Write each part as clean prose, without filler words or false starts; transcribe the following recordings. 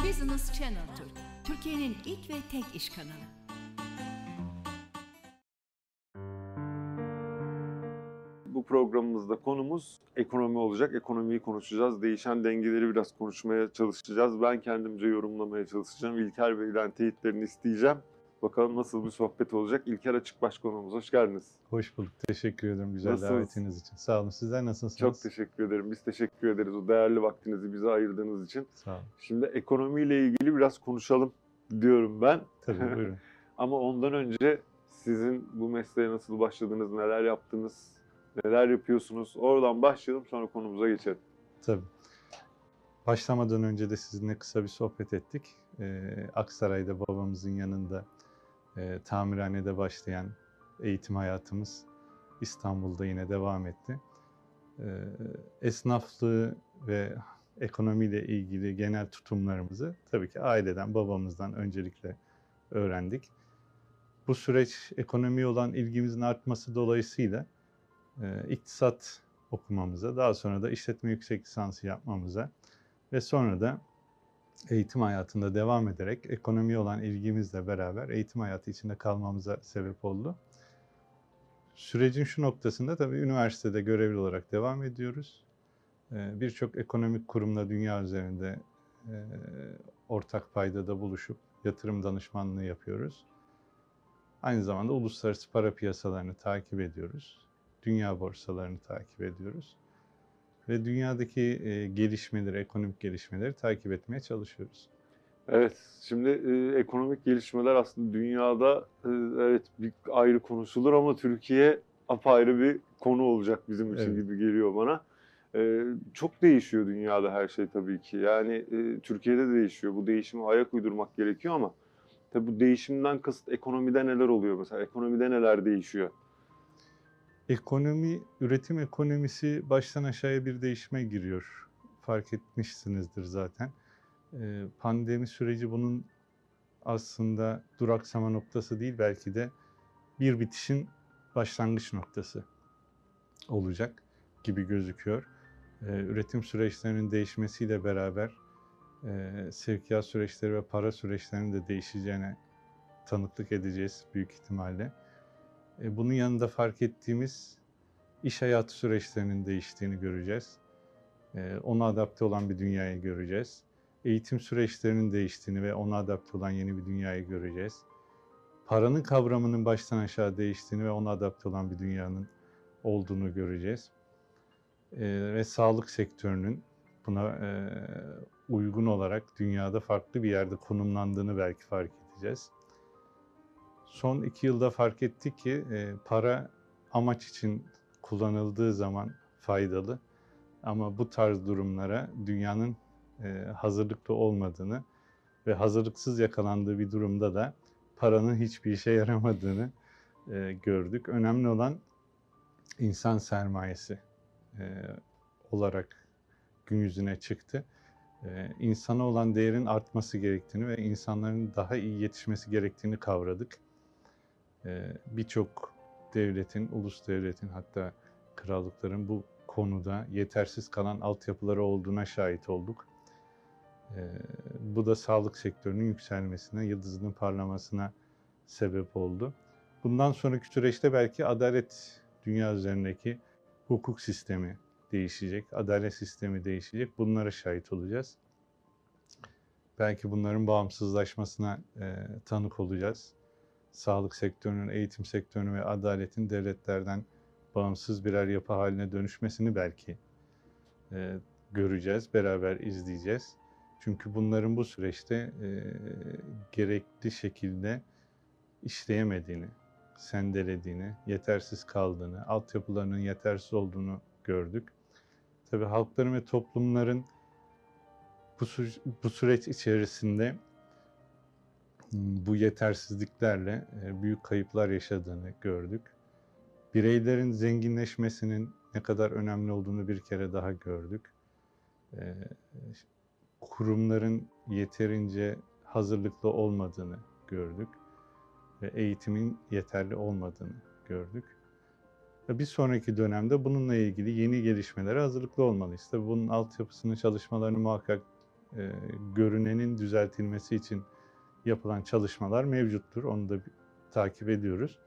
Business Channel Türk, Türkiye'nin ilk ve tek iş kanalı. Bu programımızda konumuz ekonomi olacak. Ekonomiyi konuşacağız. Değişen dengeleri biraz konuşmaya çalışacağız. Ben kendimce yorumlamaya çalışacağım. İlker Bey'den teyitlerini isteyeceğim. Bakalım nasıl bir sohbet olacak. İlker Açıkbaş konuğumuz. Hoş geldiniz. Hoş bulduk. Teşekkür ederim güzel Nasılsınız? davetiniz için. Sağ olun. Sizler nasılsınız? Çok teşekkür ederim. Biz teşekkür ederiz o değerli vaktinizi bize ayırdığınız için. Sağ olun. Şimdi ekonomiyle ilgili biraz konuşalım diyorum ben. Tabii buyurun. Ama ondan önce sizin bu mesleğe nasıl başladınız, neler yaptınız, neler yapıyorsunuz? Oradan başlayalım, sonra konumuza geçelim. Tabii. Başlamadan önce de sizinle kısa bir sohbet ettik. Aksaray'da babamızın yanında tamirhanede başlayan eğitim hayatımız İstanbul'da yine devam etti. Esnaflığı ve ekonomiyle ilgili genel tutumlarımızı tabii ki aileden, babamızdan öncelikle öğrendik. Bu süreç ekonomiye olan ilgimizin artması dolayısıyla iktisat okumamıza, daha sonra da işletme yüksek lisansı yapmamıza ve sonra da eğitim hayatında devam ederek ekonomiye olan ilgimizle beraber eğitim hayatı içinde kalmamıza sebep oldu. Sürecin şu noktasında tabii üniversitede görevli olarak devam ediyoruz. Birçok ekonomik kurumla dünya üzerinde ortak paydada buluşup yatırım danışmanlığı yapıyoruz. Aynı zamanda uluslararası para piyasalarını takip ediyoruz. Dünya borsalarını takip ediyoruz. Ve dünyadaki gelişmeleri, ekonomik gelişmeleri takip etmeye çalışıyoruz. Evet, şimdi ekonomik gelişmeler aslında dünyada evet bir ayrı konuşulur ama Türkiye apayrı bir konu olacak bizim için Evet. gibi geliyor bana. Çok değişiyor dünyada her şey tabii ki. Yani Türkiye'de de değişiyor. Bu değişime ayak uydurmak gerekiyor ama tabii bu değişimden kasıt ekonomide neler oluyor mesela? Ekonomide neler değişiyor? Ekonomi, üretim ekonomisi baştan aşağıya bir değişime giriyor. Fark etmişsinizdir zaten. Pandemi süreci bunun aslında duraksama noktası değil, belki de bir bitişin başlangıç noktası olacak gibi gözüküyor. Üretim süreçlerinin değişmesiyle beraber sevkiyat süreçleri ve para süreçlerinin de değişeceğine tanıklık edeceğiz büyük ihtimalle. Bunun yanında fark ettiğimiz iş hayatı süreçlerinin değiştiğini göreceğiz. Ona adapte olan bir dünyayı göreceğiz. Eğitim süreçlerinin değiştiğini ve ona adapte olan yeni bir dünyayı göreceğiz. Paranın kavramının baştan aşağı değiştiğini ve ona adapte olan bir dünyanın olduğunu göreceğiz. Ve sağlık sektörünün buna uygun olarak dünyada farklı bir yerde konumlandığını belki fark edeceğiz. Son 2 yılda fark ettik ki para amaç için kullanıldığı zaman faydalı. Ama bu tarz durumlara dünyanın hazırlıklı olmadığını ve hazırlıksız yakalandığı bir durumda da paranın hiçbir işe yaramadığını gördük. Önemli olan insan sermayesi olarak gün yüzüne çıktı. İnsana olan değerin artması gerektiğini ve insanların daha iyi yetişmesi gerektiğini kavradık. Birçok devletin, ulus devletin, hatta krallıkların bu konuda yetersiz kalan altyapıları olduğuna şahit olduk. Bu da sağlık sektörünün yükselmesine, yıldızının parlamasına sebep oldu. Bundan sonraki süreçte belki adalet, dünya üzerindeki hukuk sistemi değişecek, adalet sistemi değişecek. Bunlara şahit olacağız. Belki bunların bağımsızlaşmasına tanık olacağız. Sağlık sektörünün, eğitim sektörünün ve adaletin devletlerden bağımsız birer yapı haline dönüşmesini belki göreceğiz, beraber izleyeceğiz. Çünkü bunların bu süreçte gerekli şekilde işleyemediğini, sendelediğini, yetersiz kaldığını, altyapılarının yetersiz olduğunu gördük. Tabii halkların ve toplumların bu süreç içerisinde bu yetersizliklerle büyük kayıplar yaşadığını gördük. Bireylerin zenginleşmesinin ne kadar önemli olduğunu bir kere daha gördük. Kurumların yeterince hazırlıklı olmadığını gördük ve eğitimin yeterli olmadığını gördük. Ve bir sonraki dönemde bununla ilgili yeni gelişmelere hazırlıklı olmalıyız. Tabii bunun altyapısını, çalışmalarını muhakkak görünenin düzeltilmesi için yapılan çalışmalar mevcuttur. Onu da takip ediyoruz.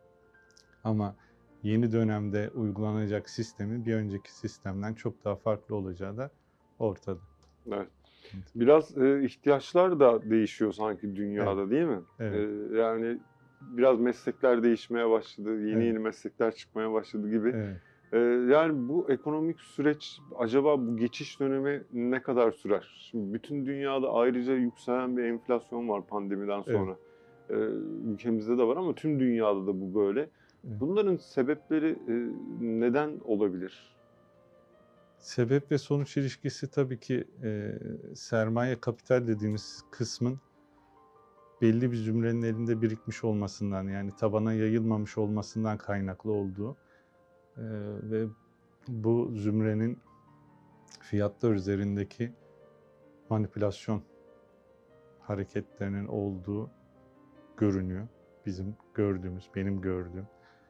Ama yeni dönemde uygulanacak sistemin bir önceki sistemden çok daha farklı olacağı da ortada. Evet. Biraz ihtiyaçlar da değişiyor sanki dünyada, Evet. değil mi? Evet. Yani biraz meslekler değişmeye başladı, yeni Evet. yeni meslekler çıkmaya başladı gibi. Evet. Yani bu ekonomik süreç acaba bu geçiş dönemi ne kadar sürer? Şimdi bütün dünyada ayrıca yükselen bir enflasyon var pandemiden Evet. sonra. Ülkemizde de var ama tüm dünyada da bu böyle. Evet. Bunların sebepleri neden olabilir? Sebep ve sonuç ilişkisi tabii ki sermaye kapital dediğimiz kısmın belli bir zümrenin elinde birikmiş olmasından, yani tabana yayılmamış olmasından kaynaklı olduğu ve bu zümrenin fiyatlar üzerindeki manipülasyon hareketlerinin olduğu görünüyor. Bizim gördüğümüz, benim gördüğüm.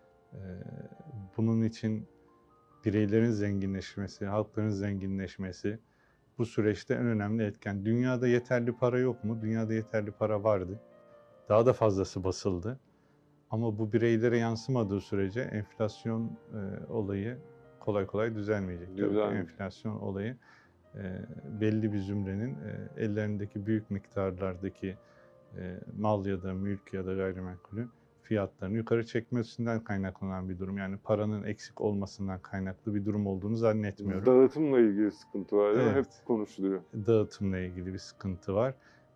Bunun için bireylerin zenginleşmesi, halkların zenginleşmesi bu süreçte en önemli etken. Dünyada yeterli para yok mu? Dünyada yeterli para vardı. Daha da fazlası basıldı. Ama bu bireylere yansımadığı sürece enflasyon olayı kolay kolay düzelmeyecek. Tabii ki Güzel. enflasyon olayı belli bir zümrenin ellerindeki büyük miktarlardaki mal ya da mülk ya da gayrimenkulü fiyatlarını yukarı çekmesinden kaynaklanan bir durum. Yani paranın eksik olmasından kaynaklı bir durum olduğunu zannetmiyorum. Dağıtımla ilgili sıkıntı var değil mi? Hep Evet. konuşuluyor. Dağıtımla ilgili bir sıkıntı var.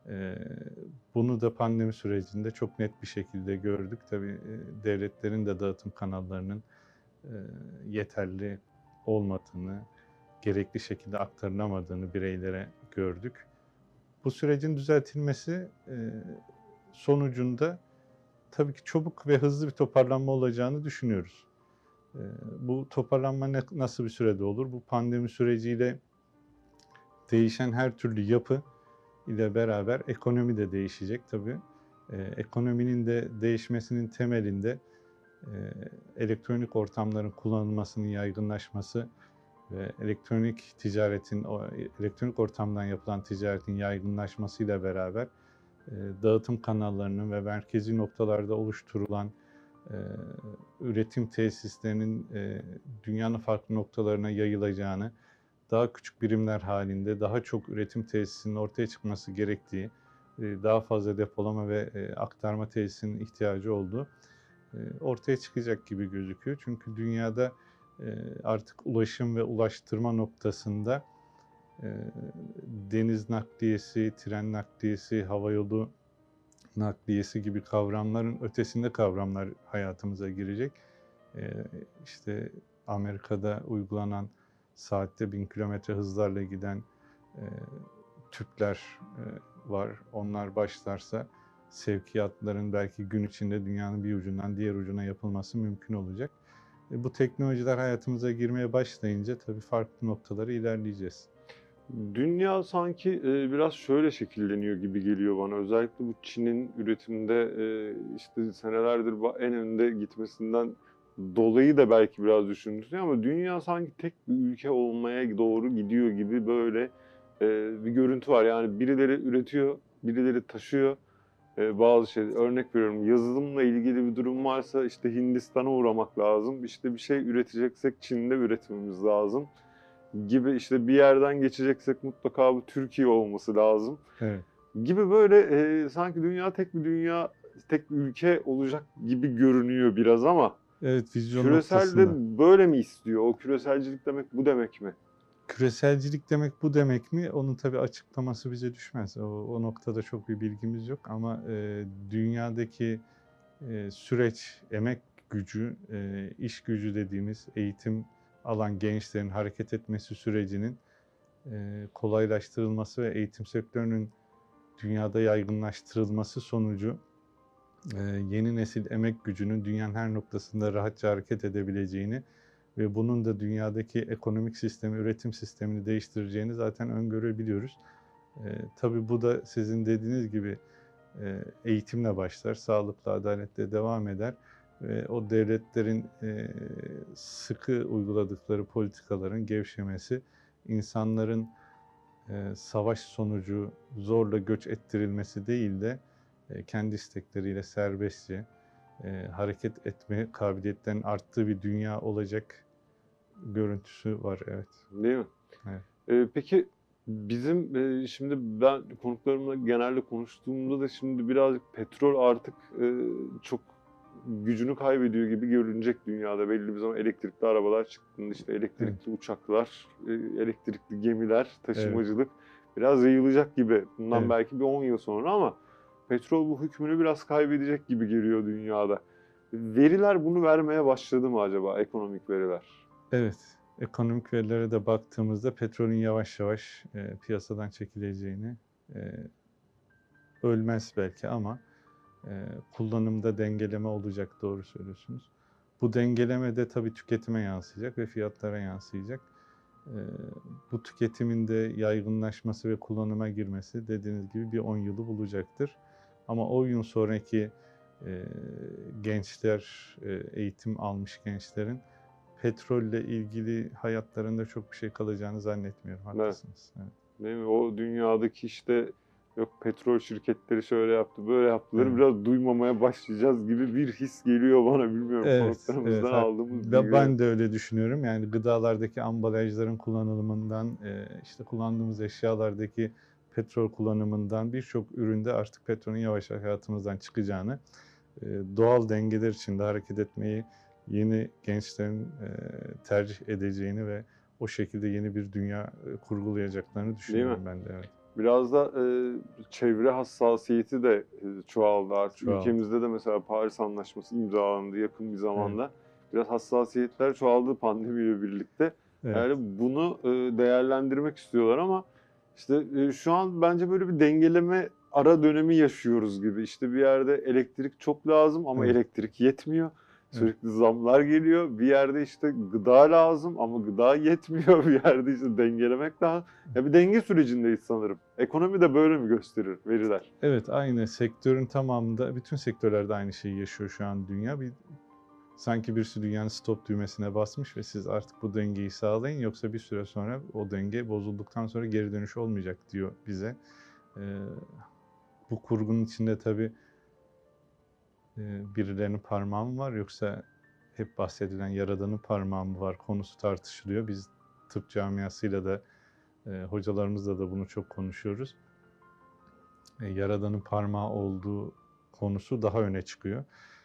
Bunu da pandemi sürecinde çok net bir şekilde gördük. Tabii devletlerin de dağıtım kanallarının yeterli olmadığını, gerekli şekilde aktarılamadığını bireylere gördük. Bu sürecin düzeltilmesi sonucunda tabii ki çabuk ve hızlı bir toparlanma olacağını düşünüyoruz. Bu toparlanma nasıl bir sürede olur? Bu pandemi süreciyle değişen her türlü yapı ile beraber ekonomi de değişecek tabii. Ekonominin de değişmesinin temelinde elektronik ortamların kullanılmasının yaygınlaşması ve elektronik ortamdan yapılan ticaretin yaygınlaşmasıyla beraber dağıtım kanallarının ve merkezi noktalarda oluşturulan üretim tesislerinin dünyanın farklı noktalarına yayılacağını, daha küçük birimler halinde daha çok üretim tesisinin ortaya çıkması gerektiği, daha fazla depolama ve aktarma tesisinin ihtiyacı olduğu ortaya çıkacak gibi gözüküyor. Çünkü dünyada artık ulaşım ve ulaştırma noktasında deniz nakliyesi, tren nakliyesi, havayolu nakliyesi gibi kavramların ötesinde kavramlar hayatımıza girecek. İşte Amerika'da uygulanan saatte 1000 kilometre hızlarla giden tüpler var. Onlar başlarsa sevkiyatların belki gün içinde dünyanın bir ucundan diğer ucuna yapılması mümkün olacak. Bu teknolojiler hayatımıza girmeye başlayınca tabii farklı noktalara ilerleyeceğiz. Dünya sanki biraz şöyle şekilleniyor gibi geliyor bana. Özellikle bu Çin'in üretimde işte senelerdir en önde gitmesinden dolayı da belki biraz düşündürüyor ama dünya sanki tek bir ülke olmaya doğru gidiyor gibi böyle bir görüntü var. Yani birileri üretiyor, birileri taşıyor bazı şey. Örnek veriyorum, yazılımla ilgili bir durum varsa işte Hindistan'a uğramak lazım. İşte bir şey üreteceksek Çin'de üretmemiz lazım gibi, işte bir yerden geçeceksek mutlaka bu Türkiye olması lazım Evet. gibi böyle sanki dünya tek bir dünya, tek bir ülke olacak gibi görünüyor biraz ama Evet, vizyon küresel de noktasında. böyle mi istiyor? O küreselcilik demek bu demek mi? Küreselcilik demek bu demek mi? Onun tabii açıklaması bize düşmez. O noktada çok bir bilgimiz yok ama dünyadaki süreç, emek gücü, iş gücü dediğimiz eğitim alan gençlerin hareket etmesi sürecinin kolaylaştırılması ve eğitim sektörünün dünyada yaygınlaştırılması sonucu yeni nesil emek gücünün dünyanın her noktasında rahatça hareket edebileceğini ve bunun da dünyadaki ekonomik sistemi, üretim sistemini değiştireceğini zaten öngörebiliyoruz. Tabii bu da sizin dediğiniz gibi eğitimle başlar, sağlıkla, adaletle devam eder ve o devletlerin sıkı uyguladıkları politikaların gevşemesi, insanların savaş sonucu zorla göç ettirilmesi değil de kendi istekleriyle serbestçe hareket etme kabiliyetlerinin arttığı bir dünya olacak görüntüsü var, evet. Değil mi? Evet. Peki bizim şimdi ben konuklarımla genelde konuştuğumda da şimdi birazcık petrol artık çok gücünü kaybediyor gibi görünecek dünyada. Belli bir zaman elektrikli arabalar çıktığında işte elektrikli uçaklar, elektrikli gemiler, taşımacılık biraz yayılacak gibi. Bundan Evet. belki bir 10 yıl sonra ama petrol bu hükmünü biraz kaybedecek gibi geliyor dünyada. Veriler bunu vermeye başladı mı acaba, ekonomik veriler? Evet, ekonomik verilere de baktığımızda petrolün yavaş yavaş piyasadan çekileceğini, ölmez belki ama kullanımda dengeleme olacak, doğru söylüyorsunuz. Bu dengeleme de tabii tüketime yansıyacak ve fiyatlara yansıyacak. Bu tüketimin de yaygınlaşması ve kullanıma girmesi dediğiniz gibi bir 10 yılı bulacaktır. Ama 10 yıl sonraki gençler, eğitim almış gençlerin petrolle ilgili hayatlarında çok bir şey kalacağını zannetmiyorum. Haklısınız. Evet. Değil mi? O dünyadaki işte yok petrol şirketleri şöyle yaptı, böyle yaptıları Evet. biraz duymamaya başlayacağız gibi bir his geliyor bana. Bilmiyorum, Evet, konuklarımızdan aldığımız ben de öyle düşünüyorum. Yani gıdalardaki ambalajların kullanılımından, işte kullandığımız eşyalardaki petrol kullanımından birçok üründe artık petrolün yavaş yavaş hayatımızdan çıkacağını, doğal dengeler içinde hareket etmeyi yeni gençlerin tercih edeceğini ve o şekilde yeni bir dünya kurgulayacaklarını düşünüyorum ben de. Evet. Biraz da çevre hassasiyeti de çoğaldı artık. Çoğaldı. Ülkemizde de mesela Paris Anlaşması imzalandı yakın bir zamanda. Evet. Biraz hassasiyetler çoğaldı pandemiyle birlikte. Evet. Yani bunu değerlendirmek istiyorlar ama işte şu an bence böyle bir dengeleme ara dönemi yaşıyoruz gibi. İşte bir yerde elektrik çok lazım ama Evet. elektrik yetmiyor. Evet. Sürekli zamlar geliyor. Bir yerde işte gıda lazım ama gıda yetmiyor. Bir yerde işte dengelemek lazım. Ya bir denge sürecindeyiz sanırım. Ekonomi de böyle mi gösterir veriler? Evet, aynı sektörün tamamında, bütün sektörlerde aynı şeyi yaşıyor şu an dünya. Sanki birisi dünyanın stop düğmesine basmış ve siz artık bu dengeyi sağlayın, yoksa bir süre sonra o denge bozulduktan sonra geri dönüş olmayacak diyor bize. Bu kurgunun içinde tabii birilerinin parmağı mı var, yoksa hep bahsedilen Yaradan'ın parmağı mı var konusu tartışılıyor. Biz tıp camiasıyla da hocalarımızla da bunu çok konuşuyoruz. Yaradan'ın parmağı olduğu konusu daha öne çıkıyor.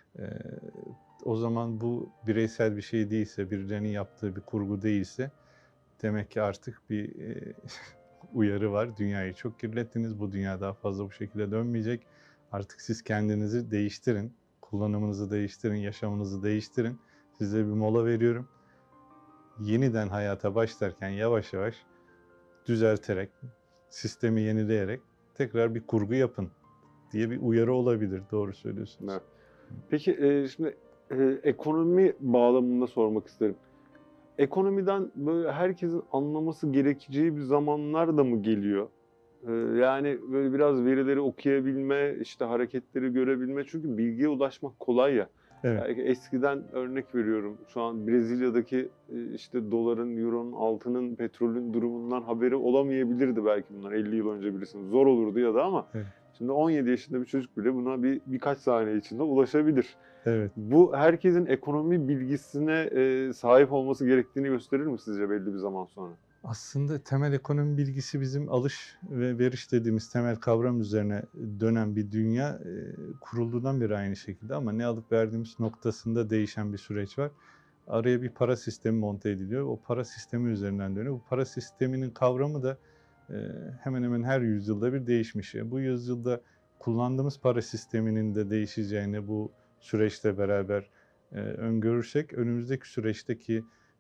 O zaman bu bireysel bir şey değilse, birilerinin yaptığı bir kurgu değilse, demek ki artık bir uyarı var. Dünyayı çok kirlettiniz, bu dünya daha fazla bu şekilde dönmeyecek. Artık siz kendinizi değiştirin, kullanımınızı değiştirin, yaşamınızı değiştirin. Size bir mola veriyorum. Yeniden hayata başlarken yavaş yavaş düzelterek, sistemi yenileyerek tekrar bir kurgu yapın diye bir uyarı olabilir. Doğru söylüyorsunuz. Evet. Peki şimdi ekonomi bağlamında sormak isterim. Ekonomiden böyle herkesin anlaması gerekeceği bir zamanlar da mı geliyor? Yani böyle biraz verileri okuyabilme, işte hareketleri görebilme. Çünkü bilgiye ulaşmak kolay ya. Evet. Belki eskiden örnek veriyorum. Şu an Brezilya'daki işte doların, euronun, altının, petrolün durumundan haberi olamayabilirdi belki bunlar 50 yıl önce birisinin. Zor olurdu ya da ama Evet. şimdi 17 yaşında bir çocuk bile buna birkaç saniye içinde ulaşabilir. Evet. Bu herkesin ekonomi bilgisine sahip olması gerektiğini gösterir mi sizce belli bir zaman sonra? Aslında temel ekonomi bilgisi bizim alış ve veriş dediğimiz temel kavram üzerine dönen bir dünya kurulduğundan beri aynı şekilde, ama ne alıp verdiğimiz noktasında değişen bir süreç var. Araya bir para sistemi monte ediliyor. O para sistemi üzerinden dönüyor. Bu para sisteminin kavramı da hemen hemen her yüzyılda bir değişmiş. Bu yüzyılda kullandığımız para sisteminin de değişeceğini bu süreçle beraber öngörürsek, önümüzdeki süreçteki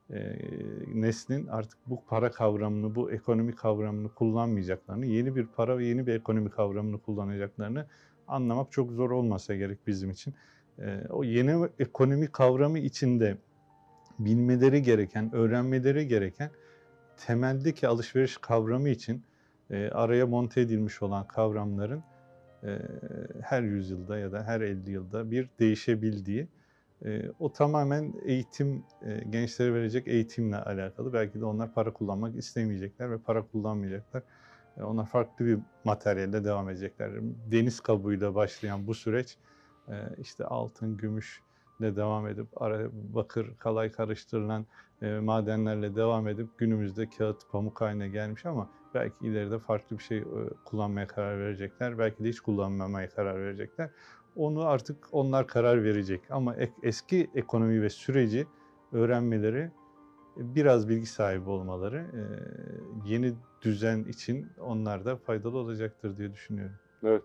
neslin artık bu para kavramını, bu ekonomi kavramını kullanmayacaklarını, yeni bir para ve yeni bir ekonomi kavramını kullanacaklarını anlamak çok zor olmasa gerek bizim için. O yeni ekonomi kavramı içinde bilmeleri gereken, öğrenmeleri gereken temeldeki alışveriş kavramı için araya monte edilmiş olan kavramların her yüzyılda ya da her 50 yılda bir değişebildiği, O tamamen eğitim, gençlere verecek eğitimle alakalı. Belki de onlar para kullanmak istemeyecekler ve para kullanmayacaklar. Onlar farklı bir materyalle devam edecekler. Deniz kabuğuyla başlayan bu süreç, işte altın, gümüşle devam edip bakır, kalay karıştırılan madenlerle devam edip günümüzde kağıt, pamuk haline gelmiş ama belki ileride farklı bir şey kullanmaya karar verecekler. Belki de hiç kullanmamaya karar verecekler. Onu artık onlar karar verecek. Ama eski ekonomi ve süreci öğrenmeleri, biraz bilgi sahibi olmaları yeni düzen için onlar da faydalı olacaktır diye düşünüyorum. Evet.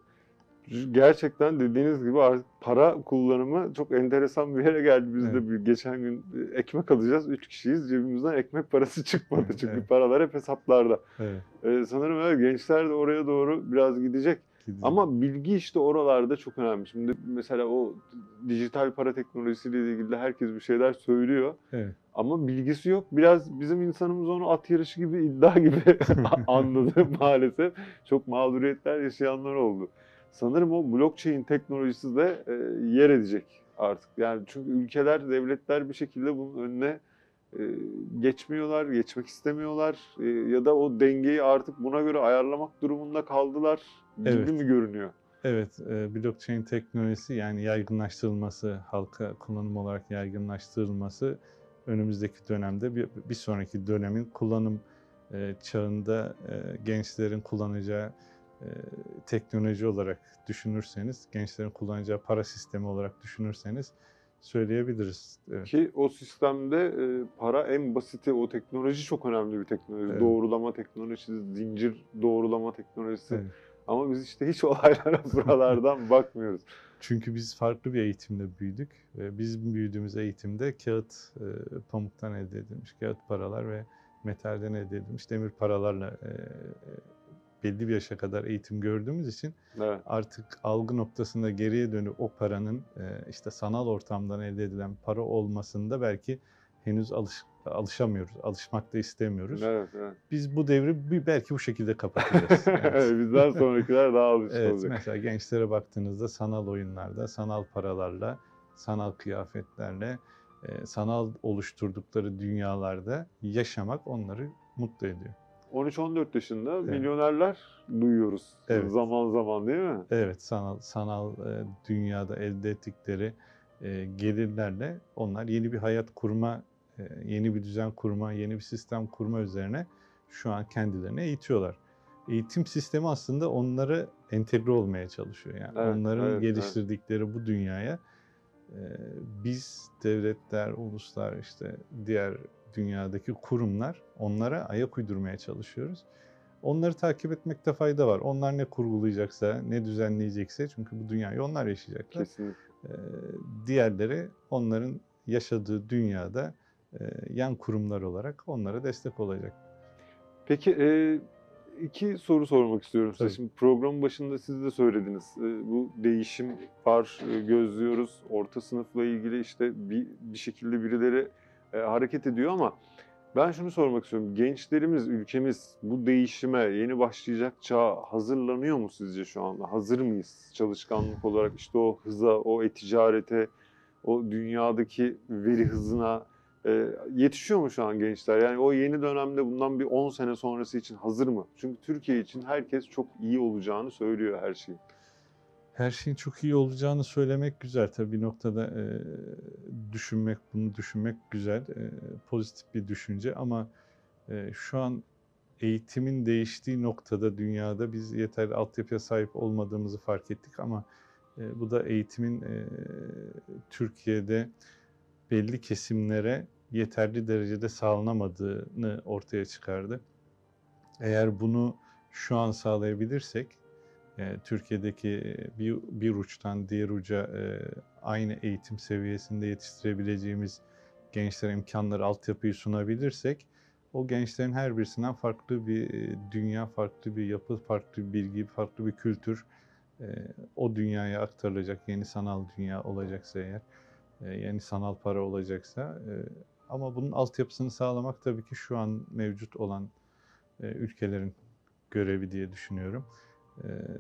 Gerçekten dediğiniz gibi artık para kullanımı çok enteresan bir yere geldi. Biz de geçen gün ekmek alacağız. 3 kişiyiz. Cebimizden ekmek parası çıkmadı. Çünkü Evet. paralar hep hesaplarda. Evet. Sanırım evet, gençler de oraya doğru biraz gidecek. Ama bilgi işte oralarda çok önemli. Şimdi mesela o dijital para teknolojisiyle ilgili de herkes bir şeyler söylüyor. Evet. Ama bilgisi yok. Biraz bizim insanımız onu at yarışı gibi, iddia gibi anladı maalesef. Çok mağduriyetler yaşayanlar oldu. Sanırım o blockchain teknolojisi de yer edecek artık. Yani çünkü ülkeler, devletler bir şekilde bunun önüne geçmiyorlar, geçmek istemiyorlar ya da o dengeyi artık buna göre ayarlamak durumunda kaldılar gibi mi görünüyor? Evet, blockchain teknolojisi, yani yaygınlaştırılması, halka kullanım olarak yaygınlaştırılması önümüzdeki dönemde bir sonraki dönemin kullanım çağında gençlerin kullanacağı teknoloji olarak düşünürseniz, gençlerin kullanacağı para sistemi olarak düşünürseniz söyleyebiliriz. Evet. Ki o sistemde para en basiti, o teknoloji çok önemli bir teknoloji. Evet. Doğrulama teknolojisi, zincir doğrulama teknolojisi. Evet. Ama biz işte hiç olaylara buralardan bakmıyoruz. Çünkü biz farklı bir eğitimde büyüdük ve bizim büyüdüğümüz eğitimde kağıt, pamuktan elde edilmiş kağıt paralar ve metalden elde edilmiş demir paralarla belli bir yaşa kadar eğitim gördüğümüz için Evet. artık algı noktasında geriye dönüp o paranın işte sanal ortamdan elde edilen para olmasında belki henüz alışamıyoruz, alışmak da istemiyoruz. Evet, evet. Biz bu devri belki bu şekilde kapatacağız. Evet, bizden sonrakiler daha alışık Evet, olacak. mesela gençlere baktığınızda sanal oyunlarda, sanal paralarla, sanal kıyafetlerle, sanal oluşturdukları dünyalarda yaşamak onları mutlu ediyor. 13-14 yaşında Evet. milyonerler duyuyoruz Evet. zaman zaman, değil mi? Evet, sanal dünyada elde ettikleri gelirlerle onlar yeni bir hayat kurma, yeni bir düzen kurma, yeni bir sistem kurma üzerine şu an kendilerini eğitiyorlar. Eğitim sistemi aslında onları entegre olmaya çalışıyor. Yani Evet, onların evet, evet. geliştirdikleri bu dünyaya biz devletler, uluslar, işte diğer dünyadaki kurumlar, onlara ayak uydurmaya çalışıyoruz. Onları takip etmekte fayda var. Onlar ne kurgulayacaksa, ne düzenleyecekse, çünkü bu dünyayı onlar yaşayacaklar. Kesinlikle. Diğerleri onların yaşadığı dünyada yan kurumlar olarak onlara destek olacak. Peki iki soru sormak istiyorum size. Tabii. Şimdi programın başında siz de söylediniz. Bu değişim var, gözlüyoruz. Orta sınıfla ilgili işte bir şekilde birileri hareket ediyor ama ben şunu sormak istiyorum. Gençlerimiz, ülkemiz bu değişime, yeni başlayacak çağa hazırlanıyor mu sizce şu anda? Hazır mıyız çalışkanlık olarak, işte o hıza, o e-ticarete, o dünyadaki veri hızına yetişiyor mu şu an gençler? Yani o yeni dönemde bundan bir 10 sene sonrası için hazır mı? Çünkü Türkiye için herkes çok iyi olacağını söylüyor her şeyin. Her şeyin çok iyi olacağını söylemek güzel. Tabii bir noktada bunu düşünmek güzel, pozitif bir düşünce ama şu an eğitimin değiştiği noktada dünyada biz yeterli altyapıya sahip olmadığımızı fark ettik ama bu da eğitimin Türkiye'de belli kesimlere yeterli derecede sağlanamadığını ortaya çıkardı. Eğer bunu şu an sağlayabilirsek, Türkiye'deki bir uçtan diğer uca aynı eğitim seviyesinde yetiştirebileceğimiz gençlere imkanları, altyapıyı sunabilirsek, o gençlerin her birisinden farklı bir dünya, farklı bir yapı, farklı bir bilgi, farklı bir kültür o dünyaya aktarılacak. Yeni sanal dünya olacaksa eğer, yeni sanal para olacaksa. Ama bunun altyapısını sağlamak tabii ki şu an mevcut olan ülkelerin görevi diye düşünüyorum.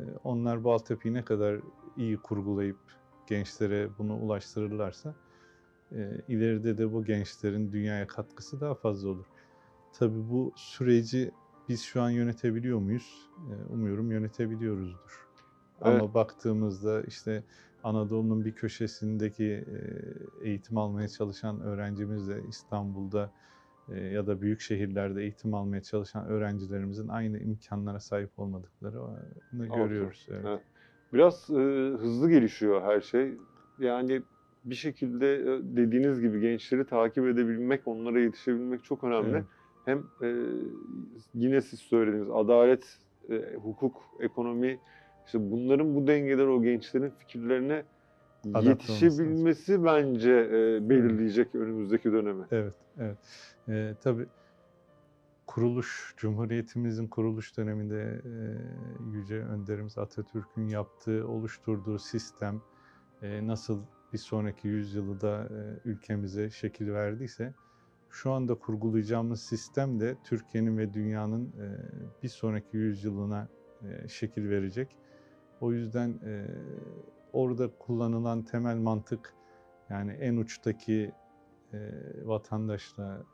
Onlar bu altyapıyı ne kadar iyi kurgulayıp gençlere bunu ulaştırırlarsa ileride de bu gençlerin dünyaya katkısı daha fazla olur. Tabii bu süreci biz şu an yönetebiliyor muyuz? Umuyorum yönetebiliyoruzdur. Evet. Ama baktığımızda işte Anadolu'nun bir köşesindeki eğitim almaya çalışan öğrencimizle İstanbul'da ya da büyük şehirlerde eğitim almaya çalışan öğrencilerimizin aynı imkanlara sahip olmadıklarını görüyoruz. Evet. Evet. Biraz hızlı gelişiyor her şey. Yani bir şekilde dediğiniz gibi gençleri takip edebilmek, onlara yetişebilmek çok önemli. Evet. Hem yine siz söylediğiniz adalet, hukuk, ekonomi, işte bunların bu dengeler o gençlerin fikirlerine Adapte yetişebilmesi bence belirleyecek önümüzdeki dönemi. Evet, evet. Tabii Cumhuriyetimizin kuruluş döneminde Yüce Önderimiz Atatürk'ün oluşturduğu sistem nasıl bir sonraki yüzyılı da ülkemize şekil verdiyse, şu anda kurgulayacağımız sistem de Türkiye'nin ve dünyanın bir sonraki yüzyılına şekil verecek. O yüzden orada kullanılan temel mantık, yani en uçtaki vatandaşla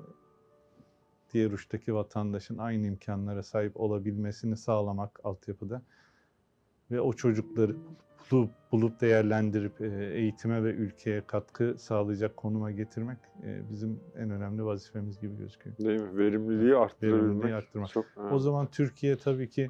diğer uçtaki vatandaşın aynı imkanlara sahip olabilmesini sağlamak altyapıda ve o çocukları bulup değerlendirip eğitime ve ülkeye katkı sağlayacak konuma getirmek bizim en önemli vazifemiz gibi gözüküyor. Değil mi? Verimliliği arttırmak. Çok önemli. O zaman Türkiye tabii ki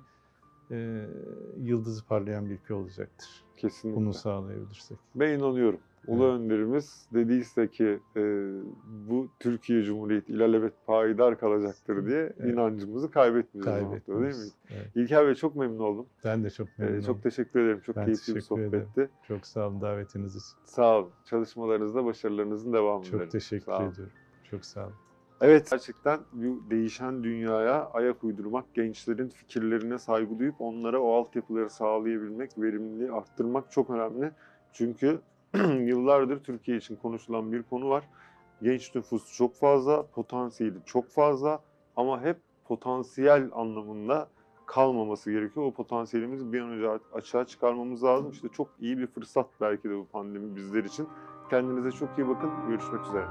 yıldızı parlayan bir ülke olacaktır. Kesinlikle. Bunu sağlayabilirsek. Ben inanıyorum. Ulu Evet. önderimiz dediyse ki bu Türkiye Cumhuriyeti ilelebet payidar kalacaktır diye inancımızı kaybetmeyeceğiz. Değil mi? Evet. İlker Bey, çok memnun oldum. Ben de çok memnun oldum. Çok teşekkür ederim. Çok Ben keyifli bir teşekkür ederim. sohbetti. Çok sağ olun davetiniz için. Sağ olun. Çalışmalarınızda başarılarınızın devamını dilerim. Çok teşekkür Sağ olun. ediyorum. Çok sağ olun. Evet, gerçekten bu değişen dünyaya ayak uydurmak, gençlerin fikirlerine saygı duyup onlara o altyapıları sağlayabilmek, verimliliği arttırmak çok önemli. Çünkü yıllardır Türkiye için konuşulan bir konu var. Genç nüfus çok fazla, potansiyeli çok fazla ama hep potansiyel anlamında kalmaması gerekiyor. O potansiyelimizi bir an önce açığa çıkarmamız lazım. İşte çok iyi bir fırsat belki de bu pandemi bizler için. Kendinize çok iyi bakın. Görüşmek üzere.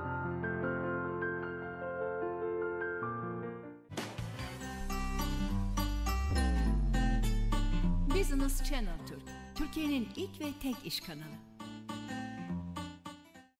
Business Channel Türk, Türkiye'nin ilk ve tek iş kanalı.